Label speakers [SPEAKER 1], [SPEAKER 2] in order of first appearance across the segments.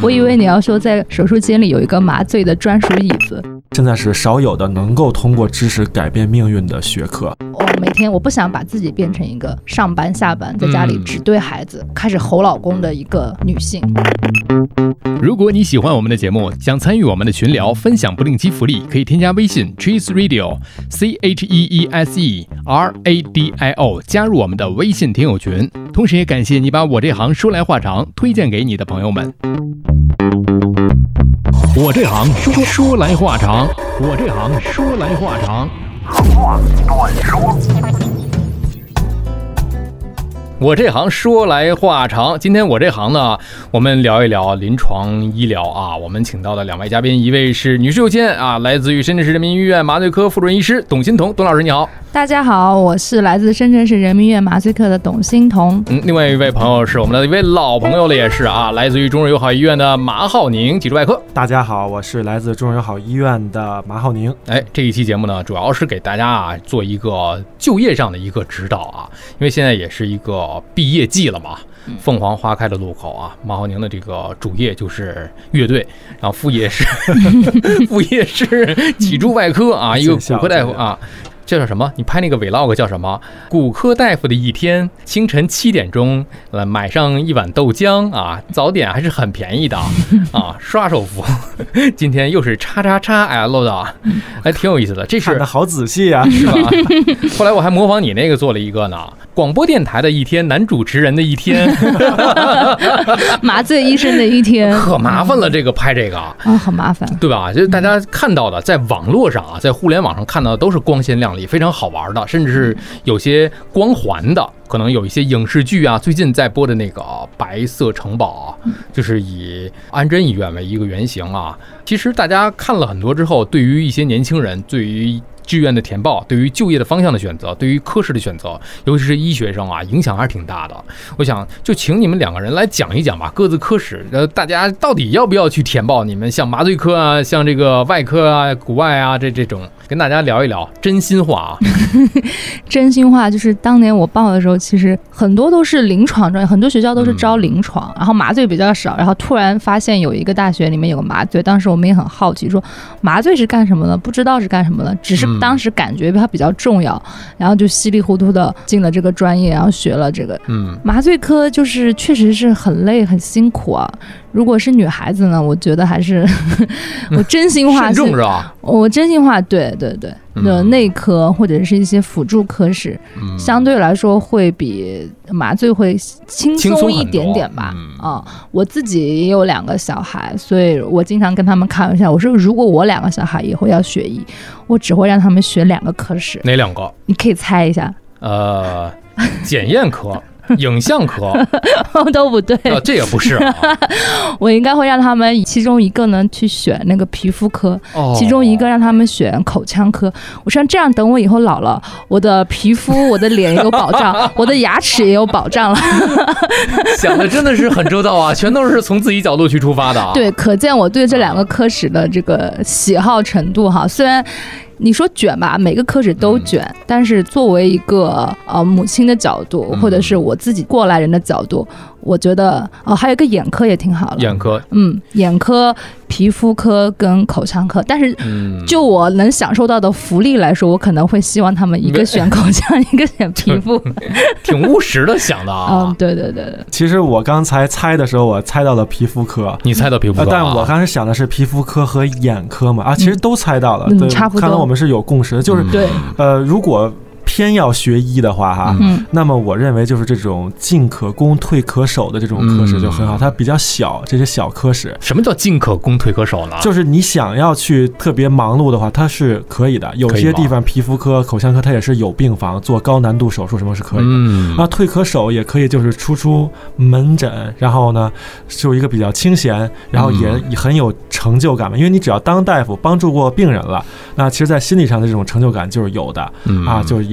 [SPEAKER 1] 我以为你要说在手术间里有一个麻醉的专属椅子。
[SPEAKER 2] 现在是少有的能够通过知识改变命运的学科。
[SPEAKER 1] 每天我不想把自己变成一个上班下班在家里只对孩子开始吼老公的一个女性。
[SPEAKER 3] 如果你喜欢我们的节目，想参与我们的群聊分享不定期福利，可以添加微信 Cheese Radio CHEESE RADIO 加入我们的微信听友群。同时也感谢你把我这行说来话长推荐给你的朋友们。我这行说来话长，我这行说来话长。话短说。我这行说来话长，今天我这行呢，我们聊一聊临床医疗啊。我们请到的两位嘉宾，一位是女士有限啊，来自于深圳市人民医院麻醉科副主任医师董欣彤，董老师你好。
[SPEAKER 1] 大家好，我是来自深圳市人民医院麻醉科的董欣彤。
[SPEAKER 3] 另外一位朋友是我们的一位老朋友了，也是啊，来自于中日友好医院的马浩宁，脊柱外科。
[SPEAKER 2] 大家好，我是来自中日友好医院的马浩宁。
[SPEAKER 3] 这一期节目呢，主要是给大家啊做一个就业上的一个指导啊，因为现在也是一个毕业季了嘛。凤凰花开的路口啊，马浩宁的这个主业就是乐队，然后副业是脊柱外科啊，一个骨科大夫啊。这叫什么？你拍那个 vlog 叫什么？骨科大夫的一天，清晨7点钟，买上一碗豆浆啊，早点还是很便宜的啊，刷手服。今天又是XXXL 的，挺有意思的。这是
[SPEAKER 2] 看得好仔细啊，
[SPEAKER 3] 是吧？后来我还模仿你那个做了一个呢，广播电台的一天，男主持人的一天，
[SPEAKER 1] 麻醉医生的一天，
[SPEAKER 3] 可麻烦了。这个拍这个啊，
[SPEAKER 1] 很麻烦，
[SPEAKER 3] 对吧？就是大家看到的，在网络上啊，在互联网上看到的都是光鲜亮丽。非常好玩的，甚至是有些光环的，可能有一些影视剧啊，最近在播的那个《白色城堡》，就是以安贞医院为一个原型啊。其实大家看了很多之后，对于一些年轻人，对于志愿的填报，对于就业的方向的选择，对于科室的选择，尤其是医学生啊，影响还是挺大的。我想就请你们两个人来讲一讲吧，各自科室，大家到底要不要去填报？你们像麻醉科啊，像这个外科啊、骨外啊这种，跟大家聊一聊，真心话啊。
[SPEAKER 1] 真心话就是当年我报的时候，其实很多都是临床专业，很多学校都是招临床，然后麻醉比较少，然后突然发现有一个大学里面有个麻醉，当时我们也很好奇，说麻醉是干什么的？不知道是干什么的，只是当时感觉它比较重要，然后就稀里糊涂的进了这个专业，然后学了这个。麻醉科就是确实是很累很辛苦啊。如果是女孩子呢，我觉得还是我真心话
[SPEAKER 3] 慎重是吧？
[SPEAKER 1] 我真心话，对，内科或者是一些辅助科室，相对来说会比麻醉会轻松一点点吧。我自己也有2个小孩，所以我经常跟他们开玩笑，我说如果我2个小孩以后要学医，我只会让他们学2个科室。
[SPEAKER 3] 哪2个？你
[SPEAKER 1] 可以猜一下。
[SPEAKER 3] 检验科。影像科
[SPEAKER 1] 都不对，
[SPEAKER 3] 这也不是啊。
[SPEAKER 1] 我应该会让他们其中一个呢去选那个皮肤科，其中一个让他们选口腔科。我说这样等我以后老了，我的皮肤、我的脸也有保障，我的牙齿也有保障了。
[SPEAKER 3] 想的真的是很周到啊，全都是从自己角度去出发的啊。
[SPEAKER 1] 对，可见我对这2个科室的这个喜好程度哈，虽然。你说卷吧，每个科室都卷，但是作为一个母亲的角度，或者是我自己过来人的角度，我觉得还有一个眼科也挺好的。
[SPEAKER 3] 眼科，
[SPEAKER 1] 眼科、皮肤科跟口腔科，但是就我能享受到的福利来说，我可能会希望他们一个选口腔，一个选皮肤，
[SPEAKER 3] 挺务实的想的啊。
[SPEAKER 1] 对。
[SPEAKER 2] 其实我刚才猜的时候，我猜到了皮肤科，
[SPEAKER 3] 你猜到皮肤科，
[SPEAKER 2] 但我刚才想的是皮肤科和眼科嘛，其实都猜到了，
[SPEAKER 1] 差不多。
[SPEAKER 2] 看来我们是有共识的，就是
[SPEAKER 1] 对，
[SPEAKER 2] 如果偏要学医的话哈，那么我认为就是这种进可攻退可守的这种科室就很好，它比较小，这些小科室。
[SPEAKER 3] 什么叫进可攻退可守呢？
[SPEAKER 2] 就是你想要去特别忙碌的话，它是可以的。有些地方皮肤科、口腔科它也是有病房，做高难度手术什么是可以的。那退可守也可以，就是出门诊，然后呢就一个比较清闲，然后也很有成就感嘛。因为你只要当大夫帮助过病人了，那其实在心理上的这种成就感就是有的啊，就也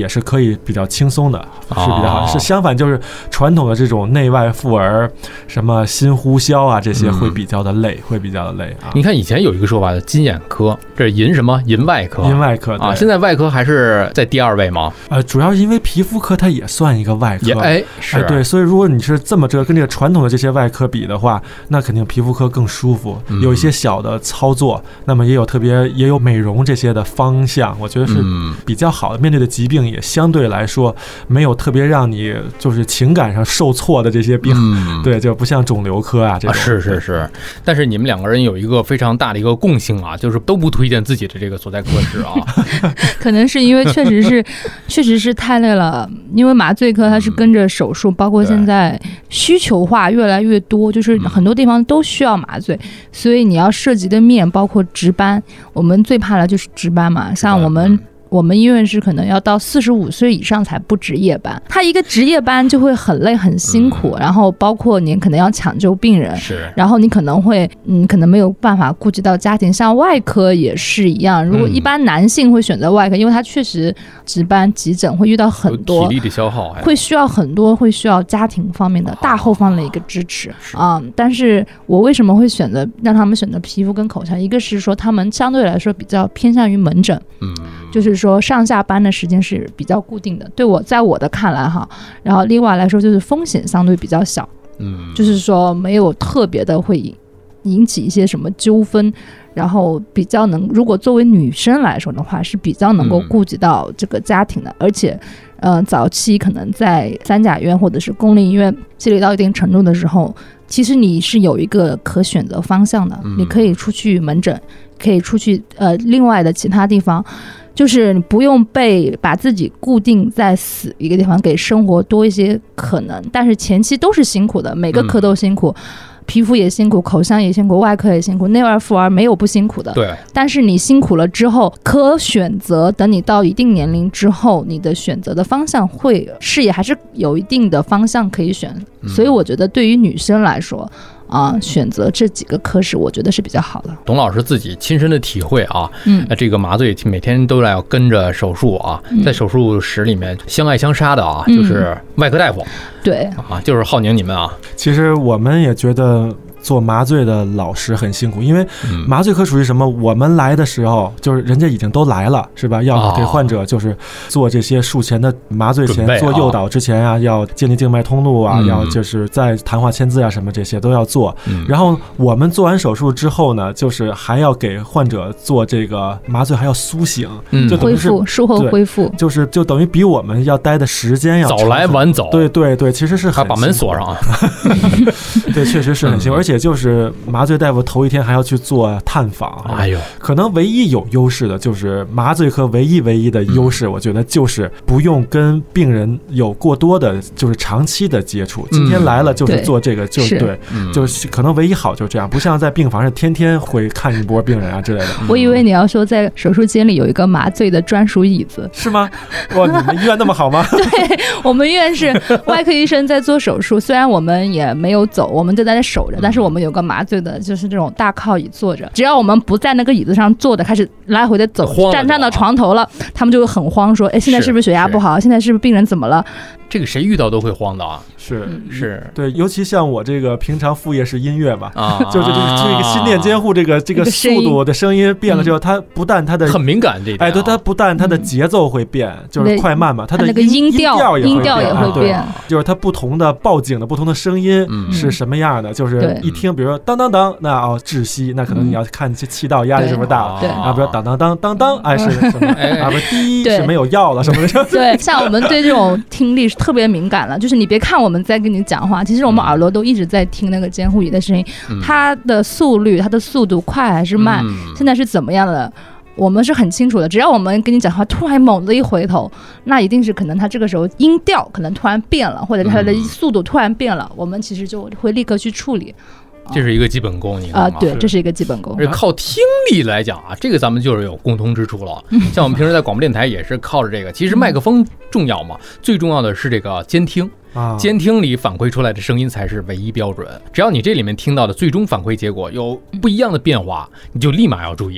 [SPEAKER 2] 是可以比较轻松的，是比较好。是相反，就是传统的这种内外妇儿，什么心呼吸啊这些会比较的累，会比较的累啊。
[SPEAKER 3] 你看以前有一个说法叫金眼科，这是银什么银外科？
[SPEAKER 2] 银外科
[SPEAKER 3] 啊，现在外科还是在第2位吗？
[SPEAKER 2] 主要是因为皮肤科它也算一个外科，
[SPEAKER 3] 是
[SPEAKER 2] 对，所以如果你是这么跟这个传统的这些外科比的话，那肯定皮肤科更舒服，有一些小的操作，那么也有美容这些的方向，我觉得是比较好的。面对的疾病也相对来说没有特别让你就是情感上受挫的这些病，对，就不像肿瘤科啊这种。
[SPEAKER 3] 是，但是你们2个人有一个非常大的一个共性啊，就是都不推荐自己的这个所在科室啊。
[SPEAKER 1] 可能是因为确实是太累了，因为麻醉科它是跟着手术，包括现在需求化越来越多，就是很多地方都需要麻醉，所以你要涉及的面包括值班，我们最怕的就是值班嘛，像我们医院是可能要到45岁以上才不值夜班，他一个值夜班就会很累很辛苦，然后包括你可能要抢救病人，然后你可能没有办法顾及到家庭，像外科也是一样，如果一般男性会选择外科，因为他确实值班急诊会遇到很多
[SPEAKER 3] 体力的消耗，
[SPEAKER 1] 会需要家庭方面的大后方的一个支持但是我为什么会让他们选择皮肤跟口腔，一个是说他们相对来说比较偏向于门诊，就是说上下班的时间是比较固定的，在我的看来哈，然后另外来说就是风险相对比较小，就是说没有特别的会引起一些什么纠纷，然后比较如果作为女生来说的话是比较能够顾及到这个家庭的，而且早期可能在三甲医院或者是公立医院积累到一定程度的时候，其实你是有一个可选择方向的，你可以出去门诊，可以出去另外的其他地方，就是你不用把自己固定在死一个地方，给生活多一些可能，但是前期都是辛苦的，每个科都辛苦，皮肤也辛苦，口腔也辛苦，外科也辛苦，内外妇儿没有不辛苦的。
[SPEAKER 3] 对。
[SPEAKER 1] 但是你辛苦了之后，可选择等你到一定年龄之后，你的选择的方向视野还是有一定的方向可以选。所以我觉得对于女生来说选择这几个科室，我觉得是比较好的。
[SPEAKER 3] 董老师自己亲身的体会啊，这个麻醉每天都要跟着手术啊，在手术室里面相爱相杀的啊，就是外科大夫，
[SPEAKER 1] 对
[SPEAKER 3] 啊，就是浩宁你们啊，
[SPEAKER 2] 其实我们也觉得做麻醉的老师很辛苦，因为麻醉科属于什么？我们来的时候就是人家已经都来了，是吧？要给患者就是做这些术前的麻醉前做诱导之前啊，要建立静脉通路啊，要就是在谈话签字啊什么这些都要做。然后我们做完手术之后呢，就是还要给患者做这个麻醉，还要苏醒，就等于是
[SPEAKER 1] 术后恢复，
[SPEAKER 2] 就等于比我们要待的时间要
[SPEAKER 3] 早来晚走。
[SPEAKER 2] 对，其实是
[SPEAKER 3] 还把门锁上啊。
[SPEAKER 2] 对，确实是很辛苦，而且就是麻醉大夫头一天还要去做探访。
[SPEAKER 3] 哎呦，
[SPEAKER 2] 可能唯一有优势的就是麻醉科唯一的优势，我觉得就是不用跟病人有过多的就是长期的接触。今天来了就是做这个，就是可能唯一好就这样，不像在病房是天天会看一波病人啊之类的。
[SPEAKER 1] 我以为你要说在手术间里有一个麻醉的专属椅子，
[SPEAKER 2] 是吗？哇，你们医院那么好吗？
[SPEAKER 1] 对，我们医院是外科医生在做手术，虽然我们也没有走，我们就在那守着，但是我们有个麻醉的，就是这种大靠椅坐着，只要我们不在那个椅子上坐的，开始来回的走，站到床头了，他们就会很慌，说：“哎，现在是不是血压不好？现在是不是病人怎么了？”
[SPEAKER 3] 这个谁遇到都会慌的啊！
[SPEAKER 2] 是，对，尤其像我这个平常副业是音乐嘛，就是这个心电监护这个速度的声音变了之后，它不但它的
[SPEAKER 3] 很敏感这一点，
[SPEAKER 2] 对，它不但它的节奏会变，就是快慢嘛，它的
[SPEAKER 1] 那个音调也会变，
[SPEAKER 2] 就是它不同的报警的不同的声音是什么样的，就是一听，比如说当当当，那窒息，那可能你要看这气道压力是不是大了，啊，比如当当当当当，哎是什么？啊，不是滴是没有药了什么的。
[SPEAKER 1] 对，像我们对这种听力是特别敏感了，就是你别看我们在跟你讲话，其实我们耳朵都一直在听那个监护仪的声音，它的速率、它的速度快还是慢，现在是怎么样的，我们是很清楚的。只要我们跟你讲话，突然猛地一回头，那一定是可能他这个时候音调可能突然变了，或者他的速度突然变了，我们其实就会立刻去处理。
[SPEAKER 3] 这是一个基本功，你看吗？
[SPEAKER 1] 对，这是一个基本功。
[SPEAKER 3] 靠听力来讲啊，这个咱们就是有共通之处了。像我们平时在广播电台也是靠着这个，其实麦克风重要嘛，最重要的是这个监听。监听里反馈出来的声音才是唯一标准，只要你这里面听到的最终反馈结果有不一样的变化，你就立马要注意了。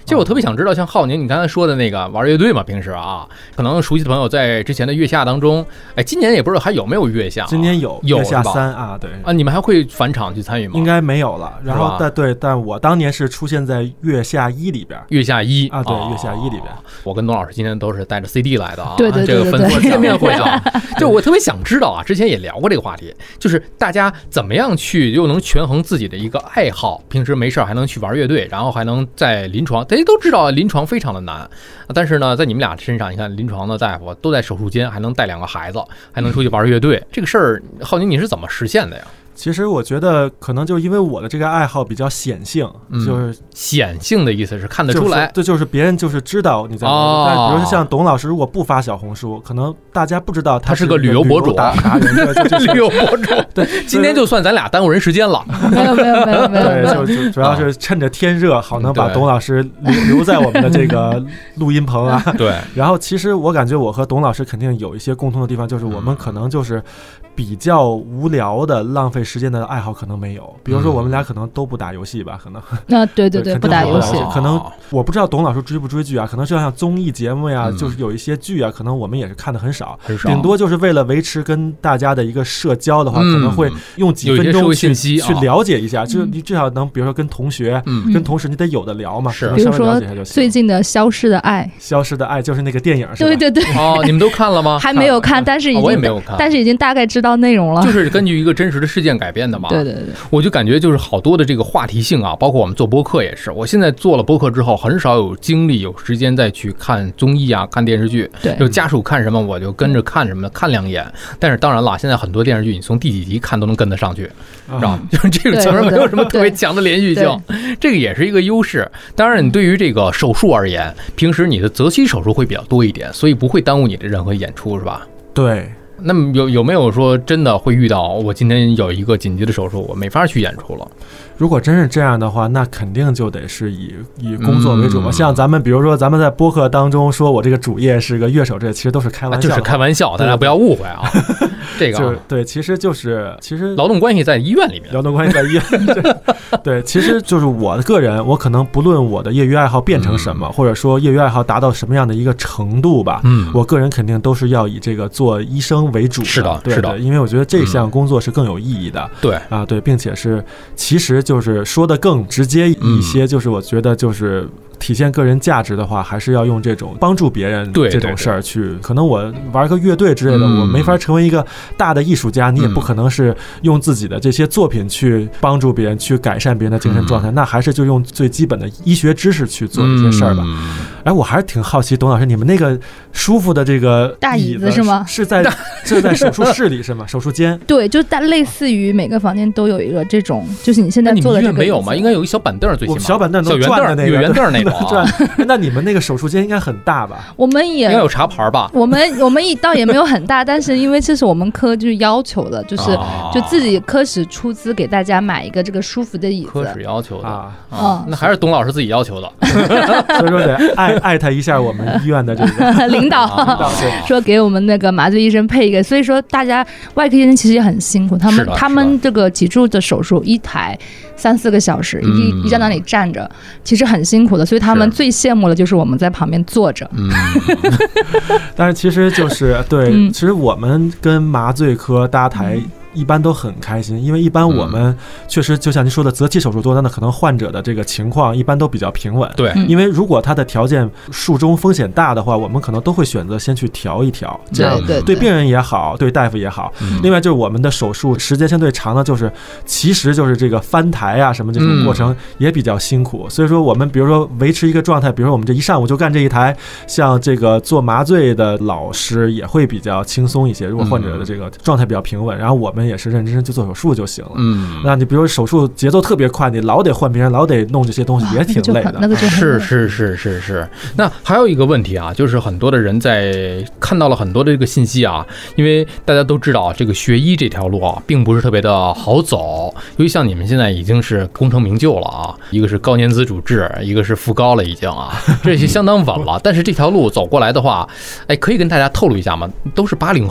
[SPEAKER 3] 其实我特别想知道，像浩宁你刚才说的那个玩乐队嘛，平时啊，可能熟悉的朋友在之前的月下当中，今年也不知道还有没有月下，
[SPEAKER 2] 今年有月下3啊，对
[SPEAKER 3] 啊，你们还会返场去参与吗？
[SPEAKER 2] 应该没有了。然后但我当年是出现在月下1里边，
[SPEAKER 3] 月下1
[SPEAKER 2] 啊，对，月下1里边。
[SPEAKER 3] 我跟董老师今天都是带着 CD 来的啊，
[SPEAKER 1] 对，
[SPEAKER 3] 这个分错见面会啊，就我特别想知道啊，之前也聊过这个话题，就是大家怎么样去又能权衡自己的一个爱好，平时没事还能去玩乐队，然后还能在临床，大家都知道临床非常的难，但是呢，在你们俩身上，你看临床的大夫都在手术间，还能带2个孩子，还能出去玩乐队，这个事儿，浩宁你是怎么实现的呀？
[SPEAKER 2] 其实我觉得可能就是因为我的这个爱好比较显性，就是
[SPEAKER 3] 显性的意思是看得出来，
[SPEAKER 2] 这就是别人就是知道你在玩。但比如说像董老师，如果不发小红书，可能大家不知道他
[SPEAKER 3] 是个旅游博主，
[SPEAKER 2] 达人，
[SPEAKER 3] 旅游博主。对，今天就算咱俩耽误人时间了。
[SPEAKER 1] 没有。
[SPEAKER 2] 对，就主要是趁着天热，好能把董老师留在我们的这个录音棚啊。
[SPEAKER 3] 对。
[SPEAKER 2] 然后其实我感觉我和董老师肯定有一些共同的地方，就是我们可能就是比较无聊的浪费时间的爱好可能没有，比如说我们俩可能都不打游戏吧，可能
[SPEAKER 1] 对，不打游戏，
[SPEAKER 2] 可能我不知道董老师追不追剧啊，可能就像综艺节目呀，就是有一些剧啊，可能我们也是看的很少，顶多就是为了维持跟大家的一个社交的话，可能会用几分钟去了解一下，就是你至少能比如说跟同学、跟同事你得有的聊嘛，
[SPEAKER 1] 比如说最近的《消失的爱》
[SPEAKER 2] 就是那个电影，是吧？
[SPEAKER 1] 对
[SPEAKER 3] 哦，你们都看了吗？
[SPEAKER 1] 还没有看，但是
[SPEAKER 3] 我也没有看，
[SPEAKER 1] 但是已经大概知道内容了，
[SPEAKER 3] 就是根据一个真实的事件改编的嘛。
[SPEAKER 1] 对，
[SPEAKER 3] 我就感觉就是好多的这个话题性啊，包括我们做播客也是。我现在做了播客之后，很少有精力有时间再去看综艺啊、看电视剧。
[SPEAKER 1] 对，
[SPEAKER 3] 就家属看什么我就跟着看什么，看2眼。但是当然了，现在很多电视剧你从第几集看都能跟得上去，是吧？就是这个前面没有什么特别强的连续性，这个也是一个优势。当然，你对于这个手术而言，平时你的择期手术会比较多一点，所以不会耽误你的任何演出，是吧？
[SPEAKER 2] 对。
[SPEAKER 3] 那么有没有说真的会遇到我今天有一个紧急的手术，我没法去演出了？
[SPEAKER 2] 如果真是这样的话，那肯定就得是以工作为主嘛。像咱们比如说咱们在播客当中说我这个主业是个乐手，这其实都是开玩笑，
[SPEAKER 3] 就是开玩笑，大家不要误会啊。这个
[SPEAKER 2] 对，其实
[SPEAKER 3] 劳动关系在医院里面，
[SPEAKER 2] 劳动关系在医院。对，其实就是我的个人，我可能不论我的业余爱好变成什么，或者说业余爱好达到什么样的一个程度吧，我个人肯定都是要以这个做医生为主的。
[SPEAKER 3] 是的，
[SPEAKER 2] 因为我觉得这项工作是更有意义的。对，并且是其实就是说的更直接一些，就是我觉得就是体现个人价值的话，还是要用这种帮助别人这种事儿去。可能我玩个乐队之类的，我没法成为一个大的艺术家，你也不可能是用自己的这些作品去帮助别人，去改善别人的精神状态，那还是就用最基本的医学知识去做这些事儿吧。我还是挺好奇，董老师，你们那个舒服的这个
[SPEAKER 1] 大椅子是吗？
[SPEAKER 2] 是在手术室里是吗？手术间？
[SPEAKER 1] 对，就类似于每个房间都有一个这种，就是你现在做的这个。
[SPEAKER 3] 没有吗？应该有一小板凳，最起码
[SPEAKER 2] 小板凳都转的那个，
[SPEAKER 3] 有圆凳那种。
[SPEAKER 2] 那你们那个手术间应该很大吧？
[SPEAKER 1] 我们也
[SPEAKER 3] 应该有茶盘吧？
[SPEAKER 1] 我们倒也没有很大，但是因为这是我们科就是要求的，就自己科室出资给大家买一个这个舒服的椅子。
[SPEAKER 3] 科室要求的那还是董老师自己要求的，
[SPEAKER 2] 所以说得艾特一下我们医院的这个
[SPEAKER 1] 领导，说给我们那个麻醉医生配一个。所以说大家外科医生其实也很辛苦，他们这个脊柱的手术一台3-4个小时，一在那里站着，其实很辛苦的，所以他们最羡慕的就是我们在旁边坐着。
[SPEAKER 2] 但是其实就是对，其实我们跟麻醉科搭台一般都很开心，因为一般我们确实就像您说的择期手术多，那可能患者的这个情况一般都比较平稳。
[SPEAKER 3] 对，
[SPEAKER 2] 因为如果他的条件术中风险大的话，我们可能都会选择先去调一调，这样对病人也好，对大夫也好。另外就是我们的手术时间相对长的，其实就是这个翻台啊什么这种过程也比较辛苦，所以说我们比如说维持一个状态，比如说我们这一上午就干这一台，像这个做麻醉的老师也会比较轻松一些。如果患者的这个状态比较平稳，然后我们也是认真去做手术就行了。那你比如手术节奏特别快，你老得换病人，老得弄这些东西，也挺累的。
[SPEAKER 3] 是。那还有一个问题啊，就是很多的人在看到了很多的这个信息啊，因为大家都知道这个学医这条路啊，并不是特别的好走。尤其像你们现在已经是功成名就了啊，一个是高年资主治，一个是副高了已经啊，这些相当稳了。但是这条路走过来的话，可以跟大家透露一下吗？都是80后吧？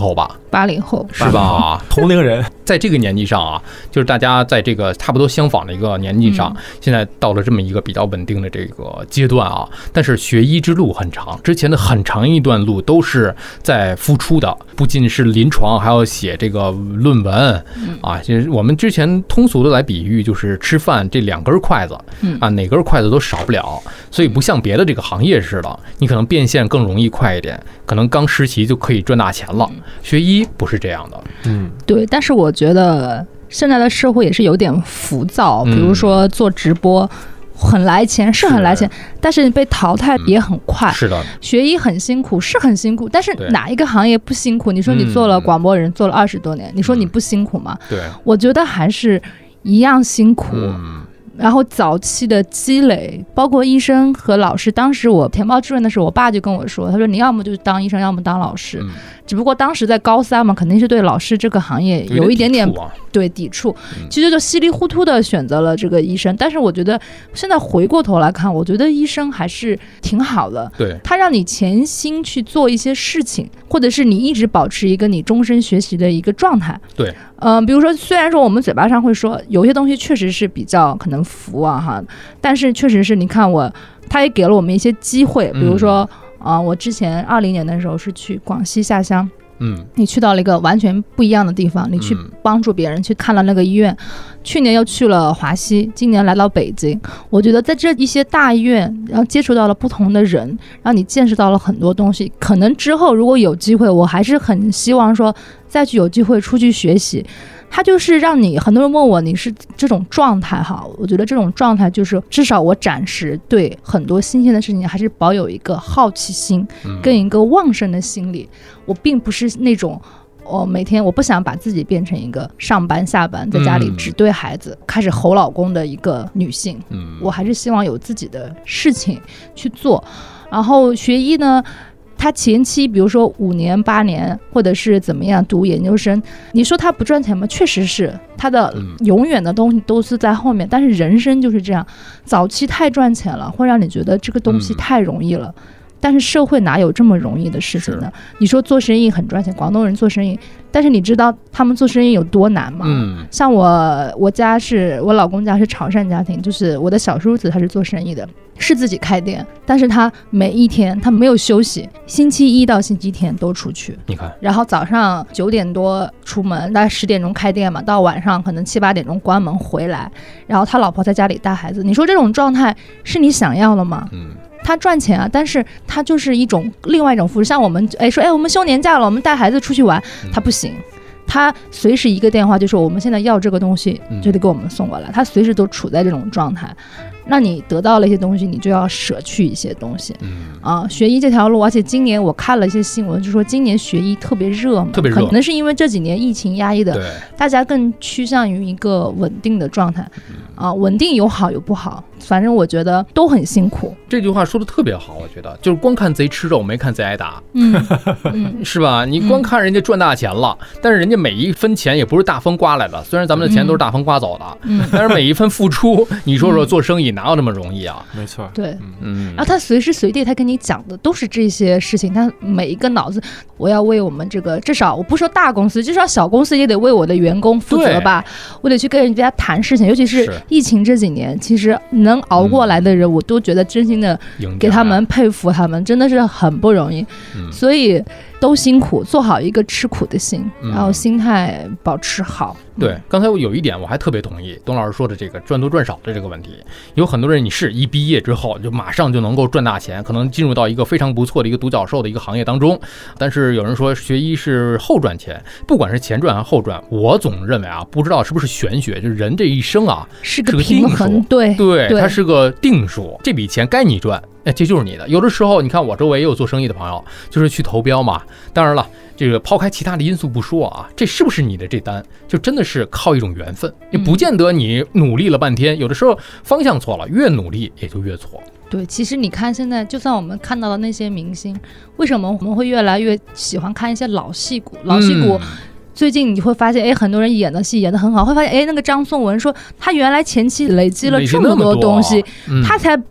[SPEAKER 1] 80后
[SPEAKER 3] 是吧？
[SPEAKER 2] 同龄人
[SPEAKER 3] 在这个年纪上啊，就是大家在这个差不多相仿的一个年纪上，现在到了这么一个比较稳定的这个阶段啊。但是学医之路很长，之前的很长一段路都是在付出的，不仅是临床，还要写这个论文啊。其实我们之前通俗的来比喻，就是吃饭这2根筷子啊，哪根筷子都少不了。所以不像别的这个行业似的，你可能变现更容易快一点，可能刚实习就可以赚大钱了。学医不是这样的，
[SPEAKER 1] 对。但是我觉得现在的社会也是有点浮躁，比如说做直播。很来钱是很来钱，但是你被淘汰也很快。是的，学医很辛苦是很辛苦，但是哪一个行业不辛苦？你说你做了广播人做了20多年，你说你不辛苦吗？对，我觉得还是一样辛苦。然后早期的积累，包括医生和老师。当时我填报志愿的时候，我爸就跟我说，他说你要么就当医生，要么当老师。只不过当时在高3嘛，肯定是对老师这个行业有一点点对抵触，其实就稀里糊涂的选择了这个医生。但是我觉得现在回过头来看，我觉得医生还是挺好的。对，他让你潜心去做一些事情，或者是你一直保持一个你终身学习的一个状态。对，比如说虽然说我们嘴巴上会说有些东西确实是比较可能浮啊哈，但是确实是你看他也给了我们一些机会，比如说我之前20年的时候是去广西下乡。你去到了一个完全不一样的地方，你去帮助别人，去看了那个医院。去年又去了华西，今年来到北京。我觉得在这一些大医院，然后接触到了不同的人，让你见识到了很多东西。可能之后如果有机会，我还是很希望说再去有机会出去学习。它就是让你，很多人问我你是这种状态哈，我觉得这种状态就是至少我暂时对很多新鲜的事情还是保有一个好奇心跟一个旺盛的心理。我并不是那种每天我不想把自己变成一个上班下班在家里只对孩子开始吼老公的一个女性。我还是希望有自己的事情去做。然后学医呢，他前期比如说5年8年或者是怎么样读研究生，你说他不赚钱吗？确实是，他的永远的东西都是在后面。但是人生就是这样，早期太赚钱了，会让你觉得这个东西太容易了。但是社会哪有这么容易的事情呢？你说做生意很赚钱，广东人做生意，但是你知道他们做生意有多难吗？像我家是我老公家是潮汕家庭，就是我的小叔子他是做生意的，是自己开店，但是他每一天他没有休息，星期1到星期天都出去。你看，然后早上9点多出门，大概10点钟开店嘛，到晚上可能7、8点钟关门回来，然后他老婆在家里带孩子。你说这种状态是你想要的吗？他赚钱啊，但是他就是另外一种付出。像我们说我们休年假了，我们带孩子出去玩，他不行，他随时一个电话就说我们现在要这个东西就得给我们送过来，他随时都处在这种状态。那你得到了一些东西，你就要舍去一些东西。学医这条路，而且今年我看了一些新闻，就说今年学医特别热嘛，特别热，可能是因为这几年疫情压抑的，大家更趋向于一个稳定的状态。稳定有好有不好，反正我觉得都很辛苦。这句话说的特别好，我觉得就是光看贼吃肉，没看贼挨打。是吧？你光看人家赚大钱了，但是人家每一分钱也不是大风刮来的，虽然咱们的钱都是大风刮走的，但是每一分付出，你说做生意哪有那么容易啊？没错，对，然后他随时随地他跟你讲的都是这些事情，他每一个脑子，我要为我们这个，至少我不说大公司，至少小公司也得为我的员工负责吧，我得去跟人家谈事情，尤其是疫情这几年，其实能熬过来的人，我都觉得真心的给他们佩服，他们真的是很不容易，所以都辛苦，做好一个吃苦的心，然后心态保持好。对，刚才我有一点我还特别同意董老师说的这个赚多赚少的这个问题。有很多人你是一毕业之后就马上就能够赚大钱，可能进入到一个非常不错的一个独角兽的一个行业当中，但是有人说学医是后赚钱，不管是前赚还是后赚，我总认为啊，不知道是不是玄学，就是人这一生啊是个平衡，对，它是个定数，这笔钱该你赚，这就是你的。有的时候你看我周围也有做生意的朋友，就是去投标嘛，当然了，这个抛开其他的因素不说啊，这是不是你的这单，就真的是靠一种缘分，也不见得你努力了半天，有的时候方向错了，越努力也就越错。对，其实你看现在就算我们看到的那些明星，为什么我们会越来越喜欢看一些老戏骨？最近你会发现，很多人演的戏演得很好，会发现，那个张颂文说他原来前期累积了这么多东西，他才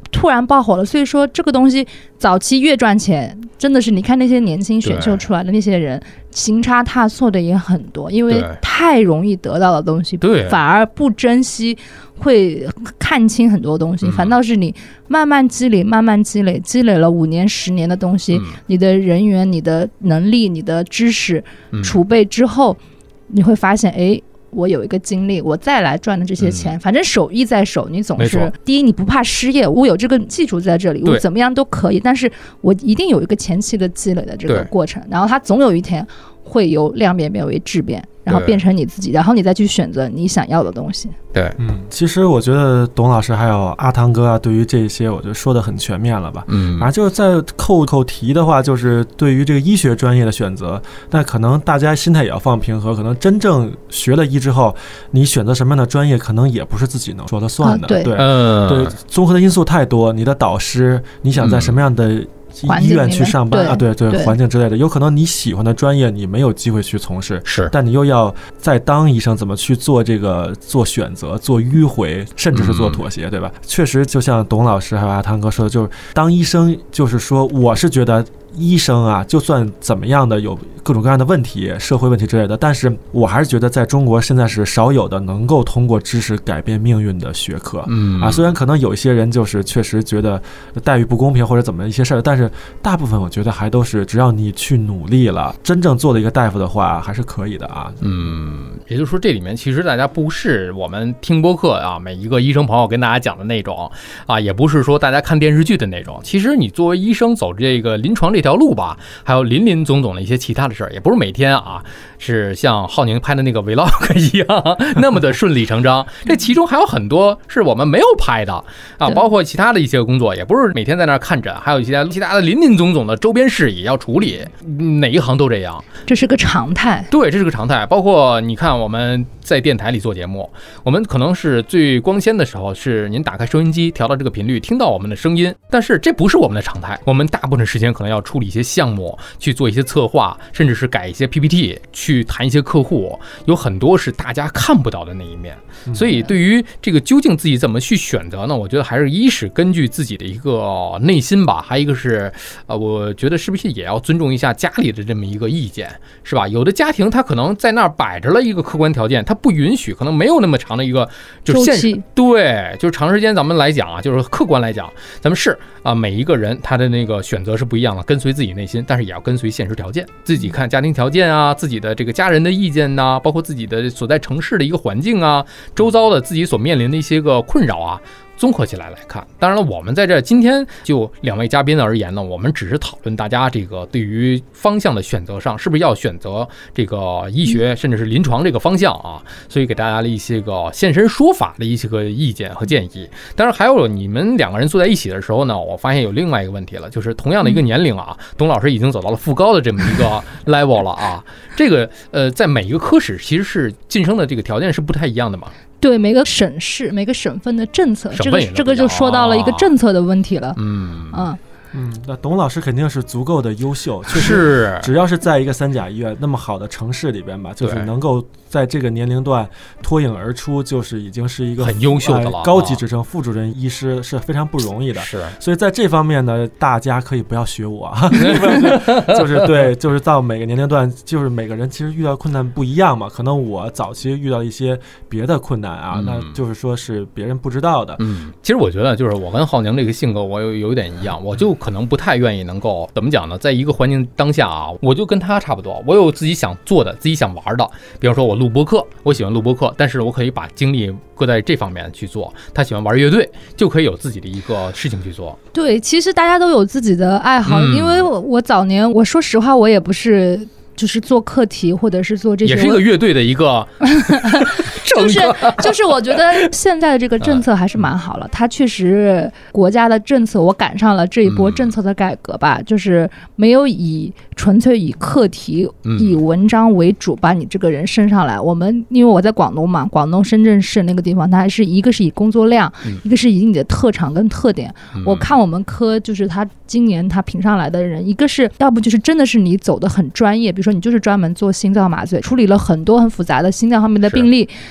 [SPEAKER 1] 突然爆火了。所以说这个东西早期越赚钱，真的是你看那些年轻选秀出来的那些人，行差踏错的也很多，因为太容易得到的东西，反而不珍惜，会看清很多东西，反倒是你慢慢积累积累了5年10年的东西，你的人员、你的能力、你的知识储备之后，你会发现，哎，我有一个经历，我再来赚的这些钱，反正手艺在手，你总是第一你不怕失业，我有这个基础在这里，我怎么样都可以，但是我一定有一个前期的积累的这个过程，然后它总有一天会由量变变为质变，然后变成你自己，然后你再去选择你想要的东西。
[SPEAKER 3] 对，
[SPEAKER 2] 其实我觉得董老师还有阿汤哥啊，对于这些我就说的很全面了吧。反正就是再扣题的话，就是对于这个医学专业的选择，那可能大家心态也要放平和，可能真正学了医之后，你选择什么样的专业，可能也不是自己能说了算的。对，综合的因素太多，你的导师，你想在什么样的医院去上班啊，对，环境之类的，有可能你喜欢的专业你没有机会去从事，但你又要在当医生怎么去做做选择、做迂回，甚至是做妥协，对吧？确实，就像董老师还有阿汤哥说的，就是当医生，就是说，我是觉得医生啊，就算怎么样的有各种各样的问题、社会问题之类的，但是我还是觉得在中国现在是少有的能够通过知识改变命运的学科。虽然可能有一些人就是确实觉得待遇不公平或者怎么一些事儿，但是大部分我觉得还都是只要你去努力了，真正做了一个大夫的话，还是可以的啊。
[SPEAKER 3] 也就是说，这里面其实大家不是我们听播客啊，每一个医生朋友跟大家讲的那种啊，也不是说大家看电视剧的那种。其实你作为医生走这个临床这条路吧，还有林总的一些其他的事儿，也不是每天啊是像浩宁拍的那个 vlog 一样那么的顺理成章。这其中还有很多是我们没有拍的啊，包括其他的一些工作，也不是每天在那儿看诊，还有一些其他的林总的周边事宜要处理，哪一行都这样，
[SPEAKER 1] 这是个常态。
[SPEAKER 3] 对，这是个常态。包括你看我们在电台里做节目，我们可能是最光鲜的时候是您打开收音机调到这个频率，听到我们的声音，但是这不是我们的常态。我们大部分时间可能要处理一些项目，去做一些策划，甚至是改一些 PPT， 去谈一些客户，有很多是大家看不到的那一面。所以对于这个究竟自己怎么去选择呢，我觉得还是一是根据自己的一个内心吧，还有一个是我觉得是不是也要尊重一下家里的这么一个意见，是吧？有的家庭他可能在那儿摆着了一个客观条件，他不允许，可能没有那么长的一个就是
[SPEAKER 1] 周期，
[SPEAKER 3] 对，就是长时间咱们来讲啊，就是客观来讲，咱们是每一个人他的那个选择是不一样的，跟随自己内心，但是也要跟随现实条件，自己看家庭条件啊，自己的这个家人的意见呐，包括自己的所在城市的一个环境啊，周遭的自己所面临的一些个困扰啊，综合起来看。当然了，我们在这今天就2位嘉宾而言呢，我们只是讨论大家这个对于方向的选择上，是不是要选择这个医学甚至是临床这个方向啊，所以给大家了一些个现身说法的一些个意见和建议。当然还有你们2个人坐在一起的时候呢，我发现有另外一个问题了，就是同样的一个年龄啊，董老师已经走到了副高的这么一个 level 了啊。这个在每一个科室其实是晋升的这个条件是不太一样的嘛。
[SPEAKER 1] 对，每个省市每个省份的政策，这个就说到了一个政策的问题了。
[SPEAKER 2] 那董老师肯定是足够的优秀，确实只要是在一个3甲医院那么好的城市里边吧，就是能够在这个年龄段脱颖而出，就是已经是一个
[SPEAKER 3] 很优秀的了，
[SPEAKER 2] 高级职称副主任医师是非常不容易的。
[SPEAKER 3] 是，
[SPEAKER 2] 所以在这方面呢，大家可以不要学我，就是对，就是到每个年龄段，就是每个人其实遇到困难不一样嘛。可能我早期遇到一些别的困难啊，那就是说是别人不知道的。
[SPEAKER 3] 其实我觉得就是我跟浩宁这个性格我有点一样，我就可能不太愿意能够怎么讲呢，在一个环境当下啊，我就跟他差不多，我有自己想做的，自己想玩的。比方说我录播客，我喜欢录播客，但是我可以把精力搁在这方面去做。他喜欢玩乐队，就可以有自己的一个事情去做。
[SPEAKER 1] 对，其实大家都有自己的爱好，因为我早年，我说实话，我也不是就是做课题或者是做这些，
[SPEAKER 3] 也是一个乐队的一个
[SPEAKER 1] 就是我觉得现在的这个政策还是蛮好了，它确实国家的政策，我赶上了这一波政策的改革吧，就是没有纯粹以课题、以文章为主把你这个人升上来。我们因为我在广东嘛，广东深圳市那个地方，它还是一个是以工作量，一个是以你的特长跟特点。我看我们科就是他今年他评上来的人，一个是要不就是真的是你走得很专业，比如说你就是专门做心脏麻醉，处理了很多很复杂的心脏方面的病例，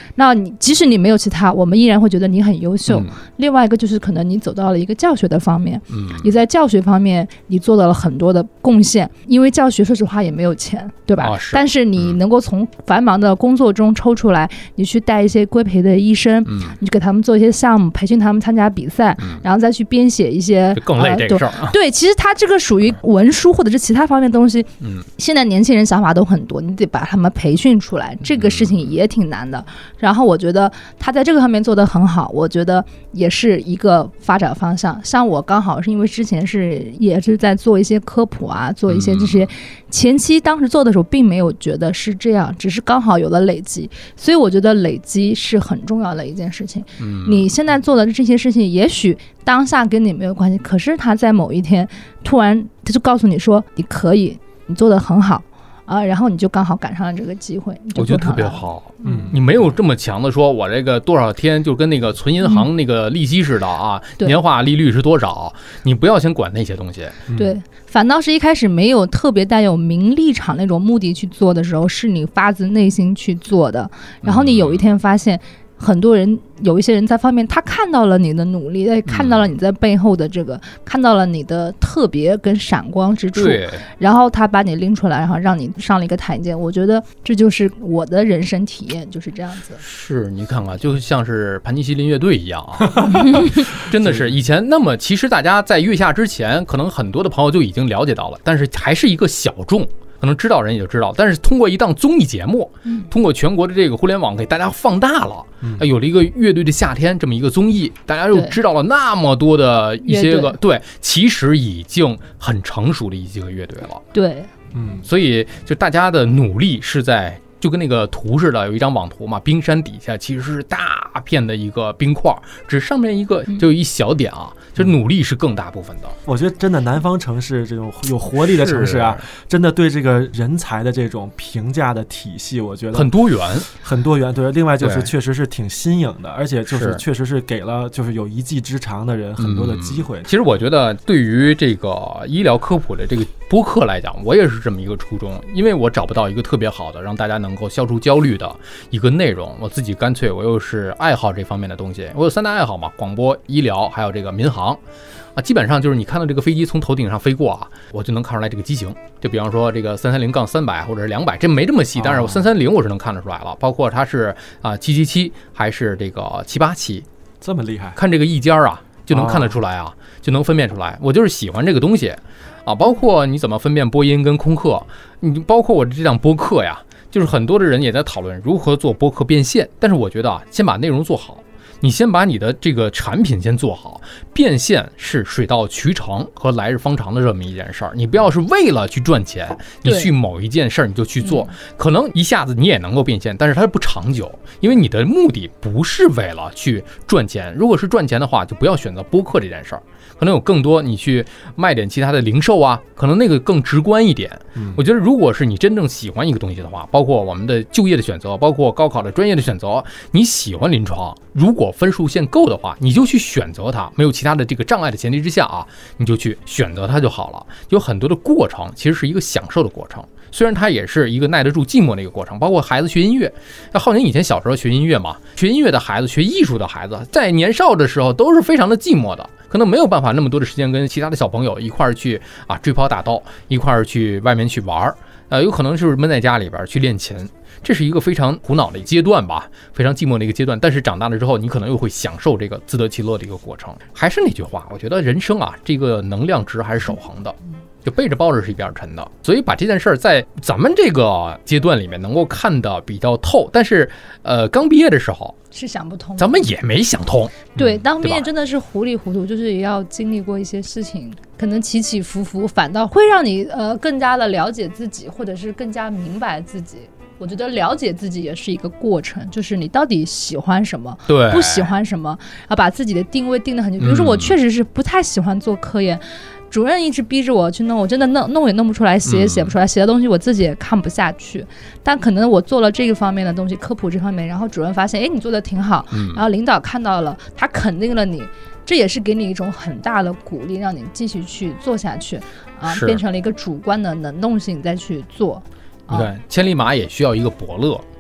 [SPEAKER 1] 那你即使你没有其他，我们依然会觉得你很优秀。另外一个就是可能你走到了一个教学的方面，你在教学方面你做到了很多的贡献，因为教学说实话也没有钱，对吧？但是你能够从繁忙的工作中抽出来，你去带一些规培的医生，你给他们做一些项目，培训他们参加比赛，然后再去编写一些
[SPEAKER 3] 更累这个事儿。
[SPEAKER 1] 对，其实他这个属于文书或者是其他方面的东西。现在年轻人想法都很多，你得把他们培训出来，这个事情也挺难的。然后我觉得他在这个方面做得很好，我觉得也是一个发展方向。像我刚好是因为之前也是在做一些科普啊，做一些这些前期当时做的时候并没有觉得是这样，只是刚好有了累积，所以我觉得累积是很重要的一件事情。你现在做的这些事情也许当下跟你没有关系，可是他在某一天突然他就告诉你说你可以，你做得很好然后你就刚好赶上了这个机会，
[SPEAKER 3] 我觉得特别好。你没有这么强的说我这个多少天就跟那个存银行那个利息似的啊，年化利率是多少，你不要先管那些东西。
[SPEAKER 1] 对，反倒是一开始没有特别带有名利场那种目的去做的时候，是你发自内心去做的，然后你有一天发现很多人有一些人在方面他看到了你的努力，看到了你在背后的这个，看到了你的特别跟闪光之处，然后他把你拎出来，然后让你上了一个台阶。我觉得这就是我的人生体验，就是这样子。
[SPEAKER 3] 是，你看看就像是盘尼西林乐队一样啊真的是以前那么其实大家在月下之前可能很多的朋友就已经了解到了，但是还是一个小众，可能知道人也就知道，但是通过一档综艺节目，通过全国的这个互联网给大家放大了，有了一个乐队的夏天这么一个综艺，大家又知道了那么多的一些个对，其实已经很成熟的一些个乐队了。
[SPEAKER 1] 对，
[SPEAKER 3] 所以就大家的努力是在。就跟那个图似的，有一张网图嘛，冰山底下其实是大片的一个冰块，只上面一个就一小点啊，就努力是更大部分的。
[SPEAKER 2] 我觉得真的南方城市这种有活力的城市啊，真的对这个人才的这种评价的体系，我觉得
[SPEAKER 3] 很多元，很
[SPEAKER 2] 多元。对，另外就是确实是挺新颖的，而且就是确实是给了就是有一技之长的人很多的机会。
[SPEAKER 3] 其实我觉得对于这个医疗科普的这个播客来讲，我也是这么一个初衷，因为我找不到一个特别好的让大家能够消除焦虑的一个内容，我自己干脆我又是爱好这方面的东西，我有3大爱好嘛，广播、医疗还有这个民航啊，基本上就是你看到这个飞机从头顶上飞过啊，我就能看出来这个机型。就比方说这个330-300或者是200，这没这么细，但是我330我是能看得出来了，包括它是777还是这个787，
[SPEAKER 2] 这么厉害，
[SPEAKER 3] 看这个一尖啊就能看得出来啊，就能分辨出来。我就是喜欢这个东西啊，包括你怎么分辨播音跟空客，你包括我这档播客呀，就是很多的人也在讨论如何做播客变现，但是我觉得啊，先把内容做好。你先把你的这个产品先做好，变现是水到渠成和来日方长的这么一件事儿。你不要是为了去赚钱，你去某一件事儿你就去做，可能一下子你也能够变现，但是它不长久，因为你的目的不是为了去赚钱。如果是赚钱的话，就不要选择播客这件事儿，可能有更多你去卖点其他的零售啊，可能那个更直观一点。我觉得如果是你真正喜欢一个东西的话，包括我们的就业的选择，包括高考的专业的选择，你喜欢临床，如果分数线够的话，你就去选择它，没有其他的这个障碍的前提之下啊，你就去选择它就好了。有很多的过程其实是一个享受的过程，虽然它也是一个耐得住寂寞的一个过程。包括孩子学音乐，浩宁以前小时候学音乐嘛，学音乐的孩子，学艺术的孩子，在年少的时候都是非常的寂寞的，可能没有办法那么多的时间跟其他的小朋友一块儿去追跑打斗，一块儿去外面去玩有可能是闷在家里边去练琴，这是一个非常苦恼的阶段吧，非常寂寞的一个阶段。但是长大了之后，你可能又会享受这个自得其乐的一个过程。还是那句话，我觉得人生啊，这个能量值还是守恒的，就背着包着是一边沉的。所以把这件事儿在咱们这个阶段里面能够看得比较透，但是刚毕业的时候
[SPEAKER 1] 是想不通，
[SPEAKER 3] 咱们也没想通。
[SPEAKER 1] 对，当毕业真的是糊里糊涂，就是也要经历过一些事情，可能起起伏伏，反倒会让你更加的了解自己，或者是更加明白自己。我觉得了解自己也是一个过程，就是你到底喜欢什么，
[SPEAKER 3] 对，
[SPEAKER 1] 不喜欢什么，把自己的定位定得很清楚。比如说我确实是不太喜欢做科研，主任一直逼着我去弄，我真的弄也弄不出来，写也写不出来，写的东西我自己也看不下去。但可能我做了这个方面的东西，科普这方面，然后主任发现，哎，你做的挺好，然后领导看到了，他肯定了你，这也是给你一种很大的鼓励，让你继续去做下去变成了一个主观的能动性再去做。
[SPEAKER 3] 你看，千里马也需要一个伯乐。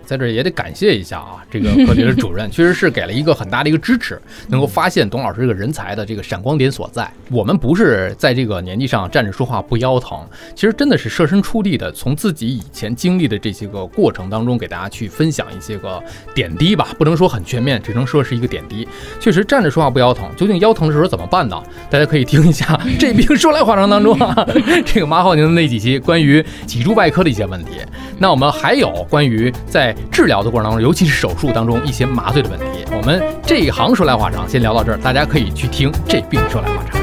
[SPEAKER 3] 在这也得感谢一下啊，这个科学的主任确实是给了一个很大的一个支持，能够发现董老师这个人才的这个闪光点所在。我们不是在这个年纪上站着说话不腰疼，其实真的是设身处地的，从自己以前经历的这些个过程当中，给大家去分享一些个点滴吧，不能说很全面，只能说是一个点滴。确实站着说话不腰疼，究竟腰疼的时候怎么办呢？大家可以听一下这病说来话长当中啊，这个马浩宁的那几期关于脊柱外科的一些问题。那我们还有关于在治疗的过程当中，尤其是手术当中一些麻醉的问题。我们这一行说来话长，先聊到这儿，大家可以去听这病说来话长。